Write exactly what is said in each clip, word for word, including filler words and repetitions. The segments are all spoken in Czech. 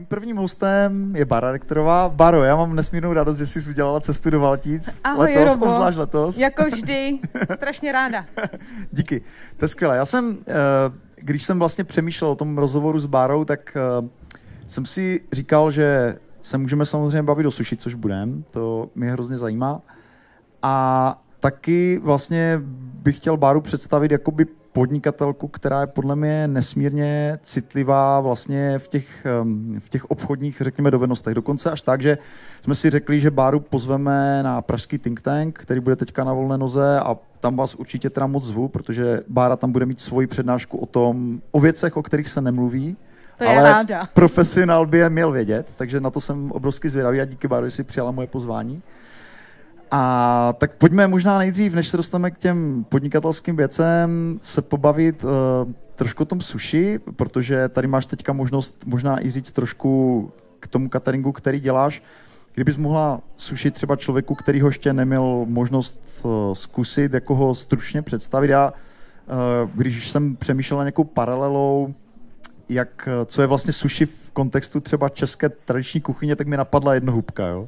mým prvním hostem je Bára Rektorová. Báro, já mám nesmírnou radost, že jsi udělala cestu do Valtic. Ahoj, letos, Robo. obzvlášť letos. Jako vždy, strašně ráda. Díky, to je skvělé. Já jsem, když jsem vlastně přemýšlel o tom rozhovoru s Bárou, tak jsem si říkal, že se můžeme samozřejmě bavit o suši, což budem, to mě hrozně zajímá. A taky vlastně bych chtěl Báru představit jakoby podnikatelku, která je podle mě nesmírně citlivá vlastně v těch, v těch obchodních, řekněme, dovednostech. Dokonce až tak, že jsme si řekli, že Báru pozveme na pražský think tank, který bude teďka na volné noze, a tam vás určitě teda moc zvu, protože Bára tam bude mít svoji přednášku o tom, o věcech, o kterých se nemluví. To je ale ráda. Profesionál by je měl vědět, takže na to jsem obrovsky zvědavý a díky, Báro, že jsi přijala moje pozvání. A tak pojďme možná nejdřív, než se dostaneme k těm podnikatelským věcem, se pobavit uh, trošku o tom sushi, protože tady máš teďka možnost možná i říct trošku k tomu cateringu, který děláš. Kdybys mohla sushi třeba člověku, který ho ještě neměl možnost uh, zkusit, jako ho stručně představit. Já, uh, když jsem přemýšlel na nějakou paralelou, jak, co je vlastně sushi v kontextu třeba české tradiční kuchyně, tak mi napadla jednohubka, jo?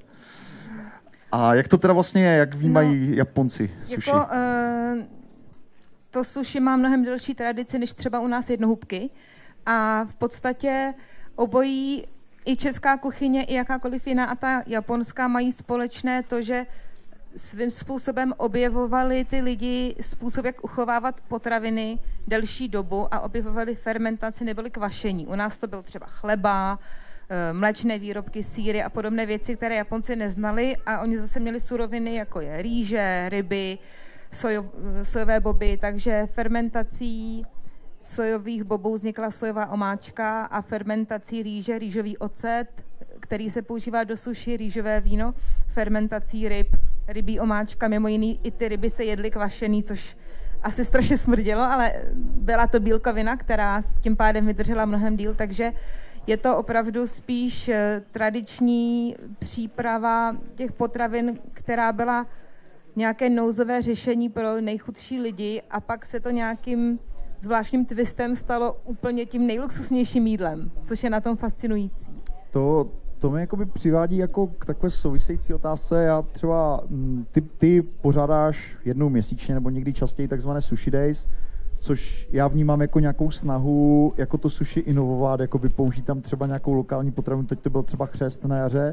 A jak to teda vlastně je, jak vnímají no, Japonci sushi? Jako, uh, to sushi má mnohem delší tradici než třeba u nás jednohubky. A v podstatě obojí, i česká kuchyně, i jakákoliv jiná, a ta japonská, mají společné to, že svým způsobem objevovali ty lidi způsob, jak uchovávat potraviny delší dobu, a objevovali fermentaci neboli kvašení. U nás to byl třeba chleba, mléčné výrobky, sýry a podobné věci, které Japonci neznali, a oni zase měli suroviny, jako je rýže, ryby, sojo, sojové boby, takže fermentací sojových bobů vznikla sojová omáčka a fermentací rýže, rýžový ocet, který se používá do sushi, rýžové víno, fermentací ryb, rybí omáčka, mimo jiný i ty ryby se jedly kvašený, což asi strašně smrdělo, ale byla to bílkovina, která tím pádem vydržela mnohem díl, takže je to opravdu spíš tradiční příprava těch potravin, která byla nějaké nouzové řešení pro nejchudší lidi, a pak se to nějakým zvláštním twistem stalo úplně tím nejluxusnějším jídlem, což je na tom fascinující. To, to mě jakoby přivádí jako k takové související otázce. Já třeba, ty, ty pořádáš jednou měsíčně nebo někdy častěji takzvané sushi days, což já vnímám jako nějakou snahu, jako to sushi inovovat, jako by použít tam třeba nějakou lokální potravinu, teď to byl třeba chřest na jaře.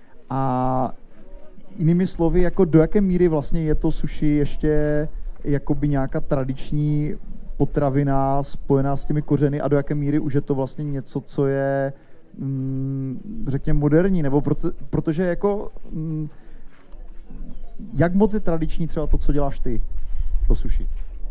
A jinými slovy, jako do jaké míry vlastně je to sushi ještě jakoby nějaká tradiční potravina spojená s těmi kořeny, a do jaké míry už je to vlastně něco, co je, mm, řekněme, moderní, nebo proto, protože jako, mm, jak moc je tradiční třeba to, co děláš ty, to sushi?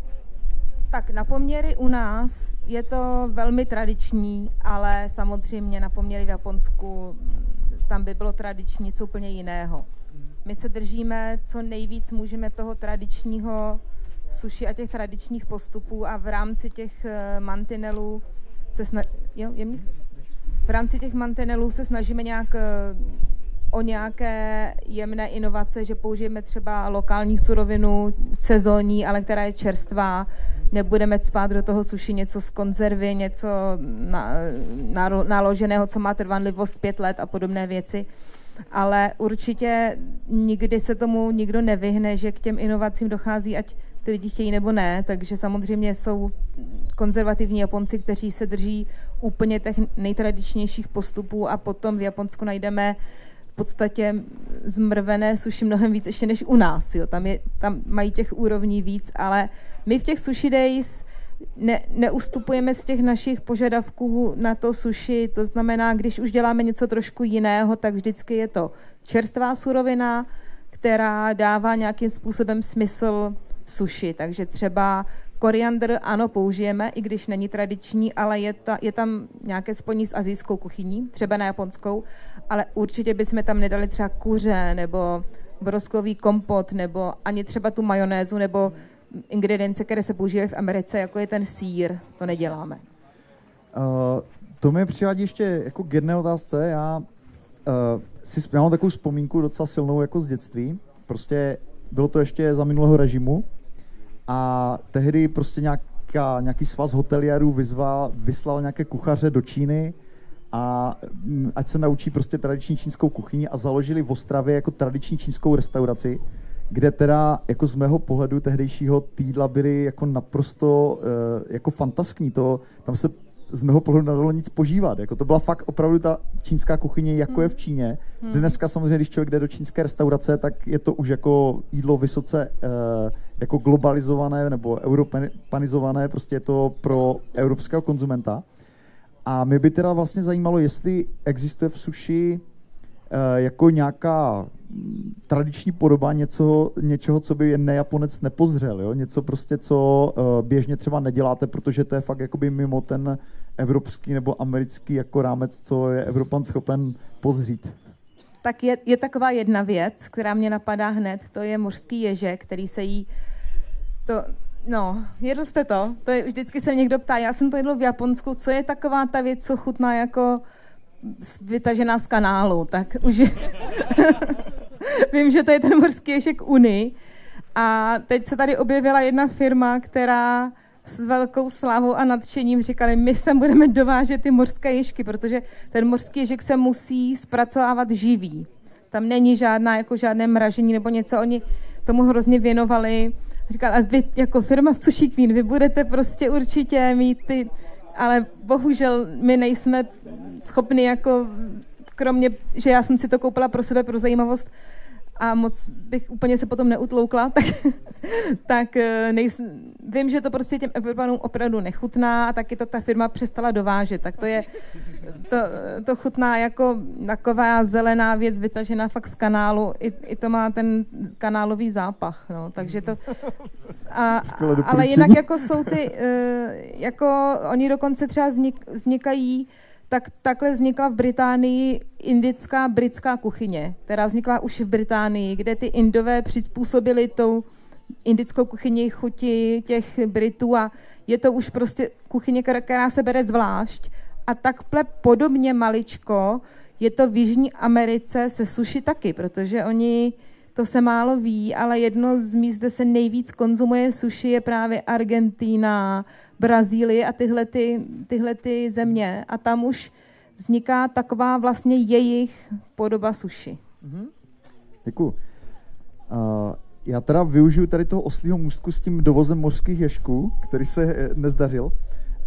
Tak na poměry u nás je to velmi tradiční, ale samozřejmě na poměry v Japonsku tam by bylo tradiční něco úplně jiného. My se držíme co nejvíc můžeme toho tradičního sushi a těch tradičních postupů, a v rámci těch mantinelů se sna... jo, je v rámci těch mantinelů se snažíme nějak o nějaké jemné inovace, že použijeme třeba lokální surovinu, sezónní, ale která je čerstvá. Nebudeme cpát do toho sushi něco z konzervy, něco na, na, naloženého, co má trvanlivost pět let a podobné věci. Ale určitě nikdy se tomu nikdo nevyhne, že k těm inovacím dochází, ať ty lidi chtějí nebo ne. Takže samozřejmě jsou konzervativní Japonci, kteří se drží úplně těch nejtradičnějších postupů, a potom v Japonsku najdeme v podstatě zmrvené sushi mnohem víc ještě než u nás. Jo. Tam, je, tam mají těch úrovní víc, ale my v těch sushi days ne, neustupujeme z těch našich požadavků na to sushi. To znamená, když už děláme něco trošku jiného, tak vždycky je to čerstvá surovina, která dává nějakým způsobem smysl sushi. Takže třeba koriandr, ano, použijeme, i když není tradiční, ale je, ta, je tam nějaké spojení s asijskou kuchyní, třeba na japonskou, ale určitě bychom tam nedali třeba kuře, nebo brosklový kompot, nebo ani třeba tu majonézu, nebo ingredience, které se používají v Americe, jako je ten sýr. To neděláme. Uh, to mě přivádí ještě jako k jedné otázce. Já, uh, si, já mám takovou vzpomínku docela silnou jako z dětství. Prostě bylo to ještě za minulého režimu, a tehdy prostě nějaká, nějaký svaz hoteliérů vyzval, vyslal nějaké kuchaře do Číny, a ať se naučí prostě tradiční čínskou kuchyni a založili v Ostravě jako tradiční čínskou restauraci, kde teda jako z mého pohledu tehdejšího ty jídla byly jako naprosto uh, jako fantaskní. To, tam se z mého pohledu nedalo nic požívat. Jako to byla fakt opravdu ta čínská kuchyně, jako hmm. je v Číně. Hmm. Dneska samozřejmě, když člověk jde do čínské restaurace, tak je to už jako jídlo vysoce uh, jako globalizované nebo europanizované, prostě je to pro evropského konzumenta. A mě by teda vlastně zajímalo, jestli existuje v sushi uh, jako nějaká tradiční podoba něco, něčeho, co by nejaponec nepozřel, jo? Něco prostě, co uh, běžně třeba neděláte, protože to je fakt jakoby mimo ten evropský nebo americký jako rámec, co je Evropan schopen pozřít. Tak je, je taková jedna věc, která mě napadá hned, to je mořský ježek, který se jí, to, no, jedl jste to? To je, vždycky se někdo ptá, já jsem to jedl v Japonsku, co je taková ta věc, co chutná jako vytažená z kanálu, tak už vím, že to je ten mořský ježek Uni. A teď se tady objevila jedna firma, která s velkou slávou a nadšením říkali, my sem budeme dovážet ty mořské ježky, protože ten mořský ježek se musí zpracovávat živý. Tam není žádná, jako žádné mražení nebo něco, oni tomu hrozně věnovali. Říkali, a vy jako firma Sushi Queen, vy budete prostě určitě mít ty, ale bohužel my nejsme schopni jako, kromě, že já jsem si to koupila pro sebe, pro zajímavost, a moc bych úplně se potom neutloukla, tak, tak nejsem, vím, že to prostě těm Evropanům opravdu nechutná a taky to ta firma přestala dovážet. Tak to je, to, to chutná jako taková zelená věc vytažená fakt z kanálu. I, i to má ten kanálový zápach, no, takže to... A, ale jinak jako jsou ty, jako oni dokonce třeba vznik, vznikají, tak takhle vznikla v Británii indická britská kuchyně, která vznikla už v Británii, kde ty Indové přizpůsobili tou indickou kuchyni chuti těch Britů a je to už prostě kuchyně, která se bere zvlášť. A takhle podobně maličko je to v Jižní Americe se sushi taky, protože oni, to se málo ví, ale jedno z míst, kde se nejvíc konzumuje sushi, je právě Argentina, Brazílie a tyhle, ty, tyhle ty země. A tam už vzniká taková vlastně jejich podoba sushi. Mm-hmm. Děkuju. Uh, já teda využiju tady toho oslího můstku s tím dovozem mořských ježků, který se nezdařil. Uh,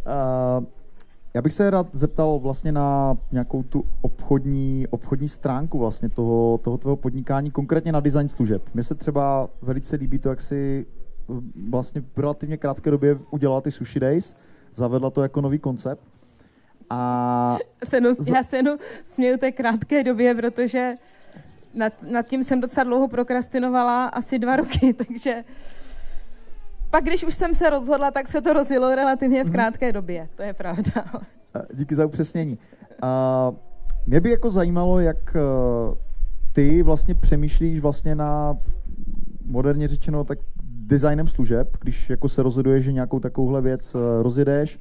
já bych se rád zeptal vlastně na nějakou tu obchodní, obchodní stránku vlastně toho, toho tvého podnikání, konkrétně na design služeb. Mně se třeba velice líbí to, jak si vlastně v relativně krátké době udělala ty Sushi Days, zavedla to jako nový koncept. A senu, já se jenom směju té krátké době, protože nad, nad tím jsem docela dlouho prokrastinovala, asi dva roky, takže pak, když už jsem se rozhodla, tak se to rozjelo relativně v krátké době, to je pravda. Díky za upřesnění. A mě by jako zajímalo, jak ty vlastně přemýšlíš vlastně nad, moderně řečeno, tak designem služeb, když jako se rozhoduješ, že nějakou takovouhle věc rozjedeš.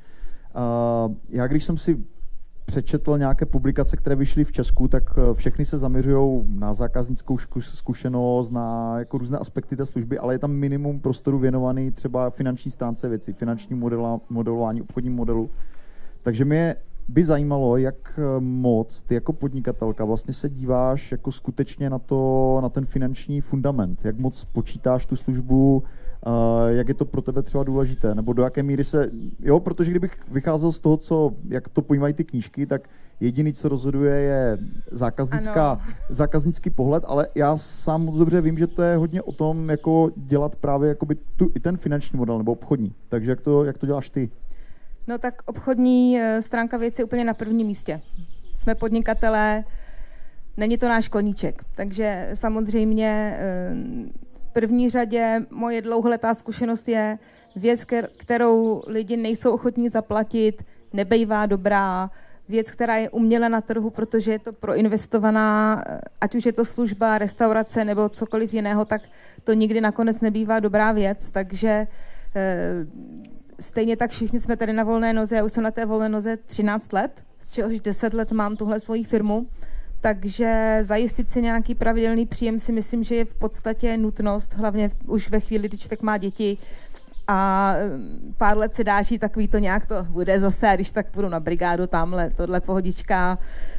Já když jsem si přečetl nějaké publikace, které vyšly v Česku, tak všechny se zaměřují na zákaznickou zkušenost, na jako různé aspekty té služby, ale je tam minimum prostoru věnovaný třeba finanční stránce věci, finanční modela, modelování, obchodním modelu. Takže mě by zajímalo, jak moc ty jako podnikatelka vlastně se díváš jako skutečně na, to, na ten finanční fundament, jak moc počítáš tu službu, Uh, jak je to pro tebe třeba důležité, nebo do jaké míry se, jo, protože kdybych vycházel z toho, co, jak to pojímají ty knížky, tak jediný, co rozhoduje, je zákaznická, zákaznický pohled, ale já sám moc dobře vím, že to je hodně o tom, jako dělat právě jakoby tu, i ten finanční model, nebo obchodní. Takže jak to, jak to děláš ty? No tak obchodní stránka věci je úplně na prvním místě. Jsme podnikatelé, není to náš koníček, takže samozřejmě v první řadě moje dlouholetá zkušenost je věc, kterou lidi nejsou ochotní zaplatit, nebejvá dobrá, věc, která je uměle na trhu, protože je to proinvestovaná, ať už je to služba, restaurace nebo cokoliv jiného, tak to nikdy nakonec nebývá dobrá věc, takže e, stejně tak všichni jsme tady na volné noze, já už jsem na té volné noze třináct let, z čehož deset let mám tuhle svoji firmu, takže zajistit si nějaký pravidelný příjem si myslím, že je v podstatě nutnost, hlavně už ve chvíli, kdy člověk má děti a pár let se dáží takový to nějak to bude zase, a když tak půjdu na brigádu tamhle, tohle pohodička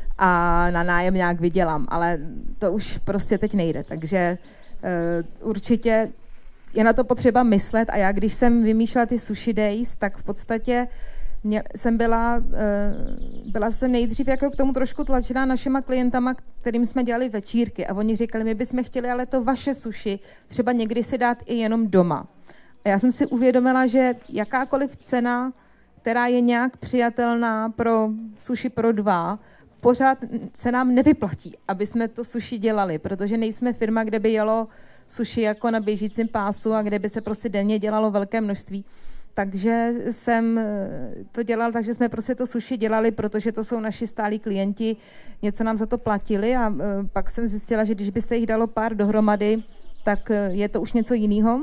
a na nájem nějak vydělám, ale to už prostě teď nejde, takže uh, určitě je na to potřeba myslet a já, když jsem vymýšlela ty sushi days, tak v podstatě mě, jsem byla, uh, byla jsem nejdřív jako k tomu trošku tlačená našima klientama, kterým jsme dělali večírky a oni říkali, my bychom chtěli ale to vaše sushi třeba někdy si dát i jenom doma. A já jsem si uvědomila, že jakákoliv cena, která je nějak přijatelná pro sushi pro dva, pořád se nám nevyplatí, aby jsme to sushi dělali, protože nejsme firma, kde by jelo sushi jako na běžícím pásu a kde by se prostě denně dělalo velké množství. Takže jsem to dělal, takže jsme prostě to sushi dělali, protože to jsou naši stálí klienti, něco nám za to platili a pak jsem zjistila, že když by se jich dalo pár dohromady, tak je to už něco jiného.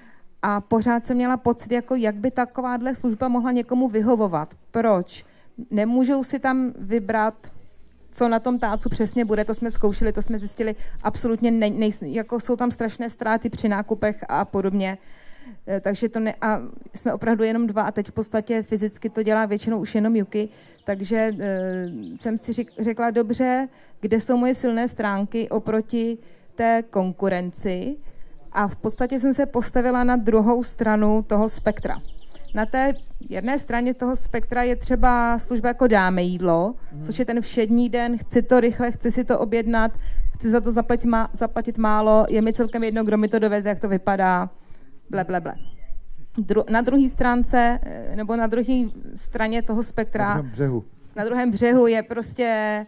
A pořád jsem měla pocit, jako jak by takováhle služba mohla někomu vyhovovat. Proč? Nemůžou si tam vybrat, co na tom tácu přesně bude, to jsme zkoušeli, to jsme zjistili, absolutně ne, ne, jako jsou tam strašné ztráty při nákupech a podobně. Takže to ne, a jsme opravdu jenom dva a teď v podstatě fyzicky to dělá většinou už jenom Yuki, takže uh, jsem si řek, řekla, dobře, kde jsou moje silné stránky oproti té konkurenci a v podstatě jsem se postavila na druhou stranu toho spektra. Na té jedné straně toho spektra je třeba služba jako dáme jídlo, hmm. což je ten všední den, chci to rychle, chci si to objednat, chci za to zaplatit, má, zaplatit málo, je mi celkem jedno, kdo mi to doveze, jak to vypadá, ble, ble, ble. Dru- na druhé stránce, nebo na druhé straně toho spektra, na druhém břehu, na druhém břehu je prostě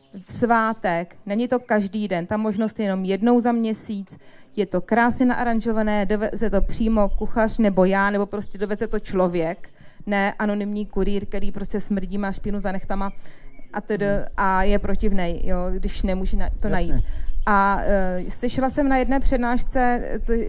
svátek, není to každý den, ta možnost je jenom jednou za měsíc, je to krásně naaranžované, doveze to přímo kuchař nebo já, nebo prostě doveze to člověk, ne anonymní kurýr, který prostě smrdí, má špínu za nechtama a, tedy, a je protivnej, jo, když nemůže na, to najít. Jasně. A uh, slyšela jsem na jedné přednášce co, uh,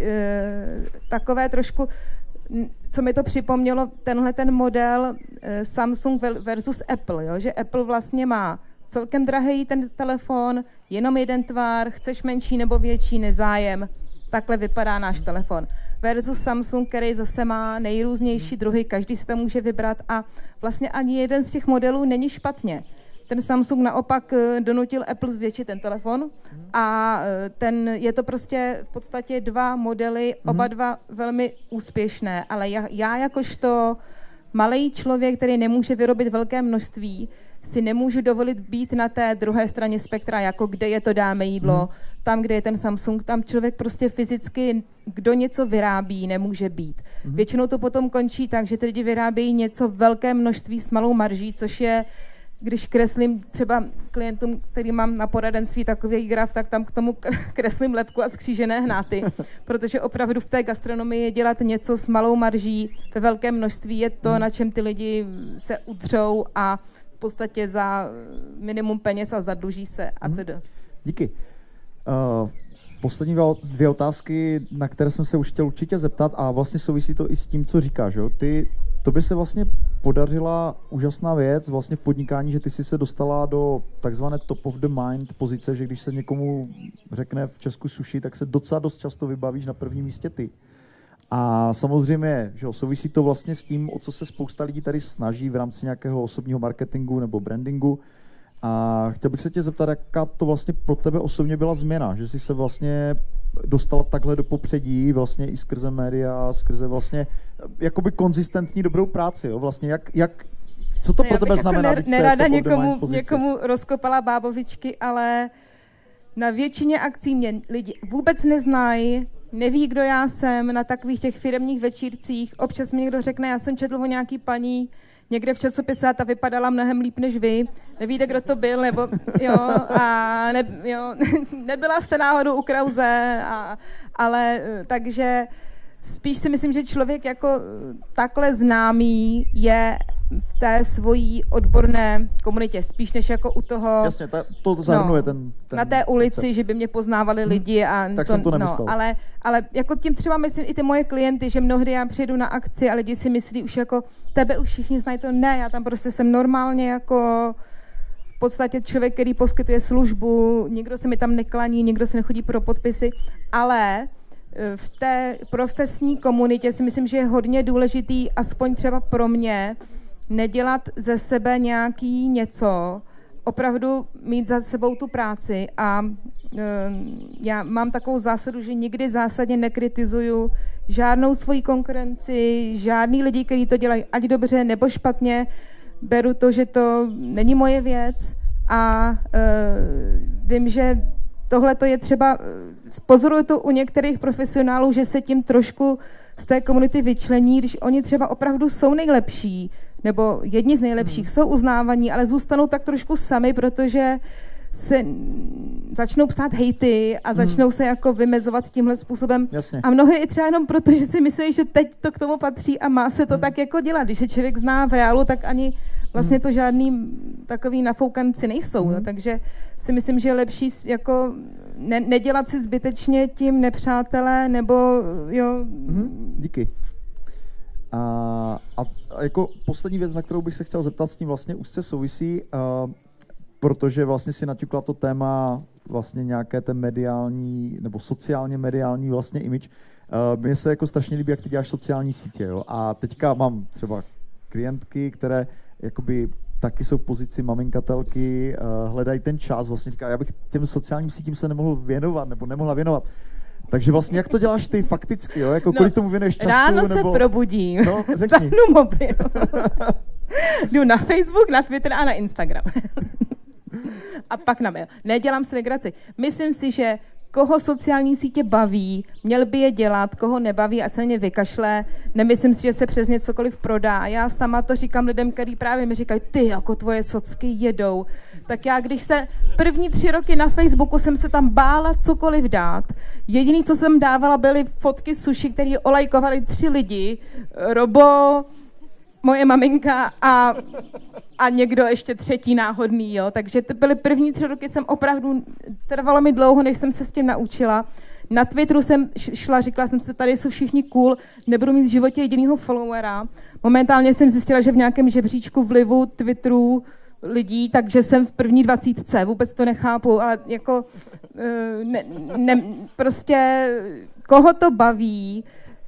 takové trošku, co mi to připomnělo, tenhle ten model uh, Samsung versus Apple, jo, že Apple vlastně má celkem drahý ten telefon, jenom jeden tvar, chceš menší nebo větší, nezájem. Takhle vypadá náš telefon. Versus Samsung, který zase má nejrůznější druhy, každý si to může vybrat a vlastně ani jeden z těch modelů není špatně. Ten Samsung naopak donutil Apple zvětšit ten telefon a ten, je to prostě v podstatě dva modely, oba dva velmi úspěšné, ale já, já jakožto malý člověk, který nemůže vyrobit velké množství, si nemůžu dovolit být na té druhé straně spektra, jako kde je to dáme jídlo, hmm. tam, kde je ten Samsung, tam člověk prostě fyzicky, kdo něco vyrábí, nemůže být. Hmm. Většinou to potom končí tak, že ty lidi vyrábějí něco velké množství s malou marží, což je, když kreslím třeba klientům, který mám na poradenství takový graf, tak tam k tomu kreslím lebku a skřížené hnáty, protože opravdu v té gastronomii dělat něco s malou marží ve velkém množství je to, hmm. na čem ty lidi se udřou a v podstatě za minimum peněz a zadluží se a tedy. Díky. Uh, poslední dvě otázky, na které jsem se už chtěl určitě zeptat a vlastně souvisí to i s tím, co říkáš. Jo? Ty, to by se vlastně podařila úžasná věc vlastně v podnikání, že ty jsi se dostala do takzvané top of the mind pozice, že když se někomu řekne v Česku sushi, tak se docela dost často vybavíš na prvním místě ty. A samozřejmě, že souvisí to vlastně s tím, o co se spousta lidí tady snaží v rámci nějakého osobního marketingu nebo brandingu. A chtěl bych se tě zeptat, jaká to vlastně pro tebe osobně byla změna, že jsi se vlastně dostala takhle do popředí, vlastně i skrze média, skrze vlastně jakoby konzistentní dobrou práci, jo? Vlastně jak, jak, co to no, pro tebe znamená? Já bych jako nerada někomu, někomu rozkopala bábovičky, ale na většině akcí mě lidi vůbec neznají, neví, kdo já jsem, na takových těch firemních večírcích. Občas mi někdo řekne, já jsem četl o nějaký paní někde v časopise a ta vypadala mnohem líp než vy. Nevíte, kdo to byl, nebo jo, a ne, jo, nebyla jste náhodou u Krause, a, ale takže spíš si myslím, že člověk jako takhle známý je v té svojí odborné komunitě, spíš než jako u toho... Jasně, ta, to zahrnuje no, ten, ten... Na té ulici, koncept. Že by mě poznávali lidi a... Hmm, tak to, jsem to nemyslel. No, ale, ale jako tím třeba myslím i ty moje klienty, že mnohdy já přijdu na akci a lidi si myslí už jako, tebe už všichni znají, to ne, já tam prostě jsem normálně jako v podstatě člověk, který poskytuje službu, nikdo se mi tam neklaní, nikdo se nechodí pro podpisy, ale v té profesní komunitě si myslím, že je hodně důležitý, aspoň třeba pro mě, nedělat ze sebe nějaký něco, opravdu mít za sebou tu práci a uh, já mám takovou zásadu, že nikdy zásadně nekritizuju žádnou svoji konkurenci, žádný lidi, kteří to dělají ať dobře nebo špatně, beru to, že to není moje věc a uh, vím, že tohle to je třeba, pozoruju to u některých profesionálů, že se tím trošku z té komunity vyčlení, když oni třeba opravdu jsou nejlepší, nebo jedni z nejlepších, hmm. jsou uznávaní, ale zůstanou tak trošku sami, protože se začnou psát hejty a začnou hmm. se jako vymezovat tímhle způsobem. Jasně. A mnohdy i třeba jenom proto, že si myslí, že teď to k tomu patří a má se to hmm. tak jako dělat. Když je člověk zná v reálu, tak ani vlastně to žádný takový nafoukanci nejsou. Hmm. No, takže si myslím, že je lepší jako ne, nedělat si zbytečně tím nepřátelé, nebo jo. Hmm. Díky. A, a, a jako poslední věc, na kterou bych se chtěl zeptat, s tím vlastně úzce souvisí, uh, protože vlastně si naťukla to téma vlastně nějaké ten mediální nebo sociálně mediální vlastně image. Uh, mně se jako strašně líbí, jak ty děláš sociální sítě, jo? A teďka mám třeba klientky, které jakoby taky jsou v pozici maminkatelky, uh, hledají ten čas, vlastně říká, já bych těm sociálním sítím se nemohl věnovat nebo nemohla věnovat. Takže vlastně jak to děláš ty fakticky, jo? Jako no, kolik tomu věnuješ času? Ráno nebo... se probudím, no, zapnu mobil, jdu na Facebook, na Twitter a na Instagram. A pak na mail. Nedělám si legraci. Myslím si, že koho sociální sítě baví, měl by je dělat, koho nebaví a se na ně vykašle. Nemyslím si, že se přes ně cokoliv prodá. Já sama to říkám lidem, kteří právě mi říkají, ty, jako tvoje socky jedou. Tak já, když se první tři roky na Facebooku jsem se tam bála cokoliv dát. Jediný, co jsem dávala, byly fotky sushi, které olajkovali tři lidi. Robo, moje maminka a, a někdo ještě třetí náhodný, jo. Takže to byly první tři roky, jsem opravdu, trvalo mi dlouho, než jsem se s tím naučila. Na Twitteru jsem šla, říkala jsem si, tady jsou všichni cool, nebudu mít v životě jedinýho followera. Momentálně jsem zjistila, že v nějakém žebříčku vlivu Twitteru lidí, takže jsem v první dvacítce, vůbec to nechápu, ale jako ne, ne, prostě koho to baví,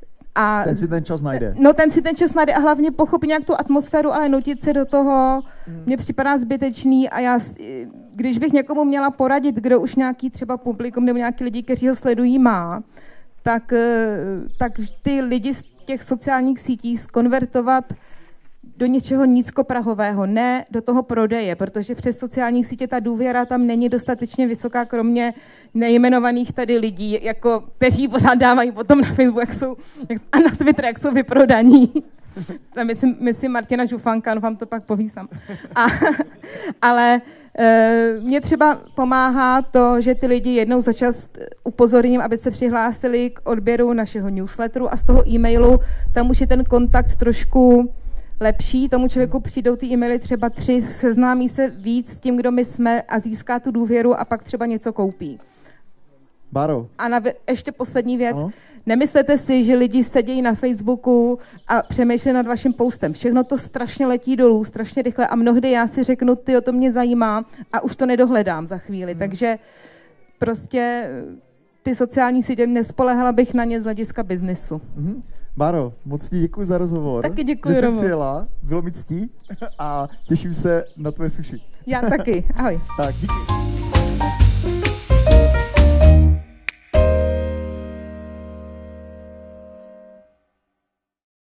a ten si ten čas najde. No ten si ten čas najde a hlavně pochopí nějak tu atmosféru, ale nutit se do toho mm. mně připadá zbytečný a já, když bych někomu měla poradit, kdo už nějaký třeba publikum nebo nějaký lidi, kteří ho sledují má, tak, tak ty lidi z těch sociálních sítí zkonvertovat do něčeho nízkoprahového, ne do toho prodeje, protože přes sociální sítě ta důvěra tam není dostatečně vysoká, kromě nejmenovaných tady lidí, jako, kteří pořád dávají potom na Facebook jak jsou, jak, a na Twitter, jak jsou vyprodaní. myslím, myslím Martina Žufanka, no vám to pak povísám. A, ale e, mě třeba pomáhá to, že ty lidi jednou za čas upozorním, aby se přihlásili k odběru našeho newsletteru a z toho e-mailu tam už je ten kontakt trošku lepší, tomu člověku přijdou ty e-maily třeba tři, seznámí se víc s tím, kdo my jsme a získá tu důvěru a pak třeba něco koupí. Báro. A na, ještě poslední věc. Ano? Nemyslete si, že lidi sedějí na Facebooku a přemýšlí nad vaším postem. Všechno to strašně letí dolů, strašně rychle a mnohdy já si řeknu, tyjo, to mě zajímá a už to nedohledám za chvíli. Hmm. Takže prostě ty sociální sítě, nespoléhala bych na ně z hlediska biznesu. Hmm. Báro, moc ti děkuji za rozhovor. Taky děkuji, Romo. Že jsi přijela, bylo mi ctí a těším se na tvoje sushi. Já taky, ahoj. Tak, díky.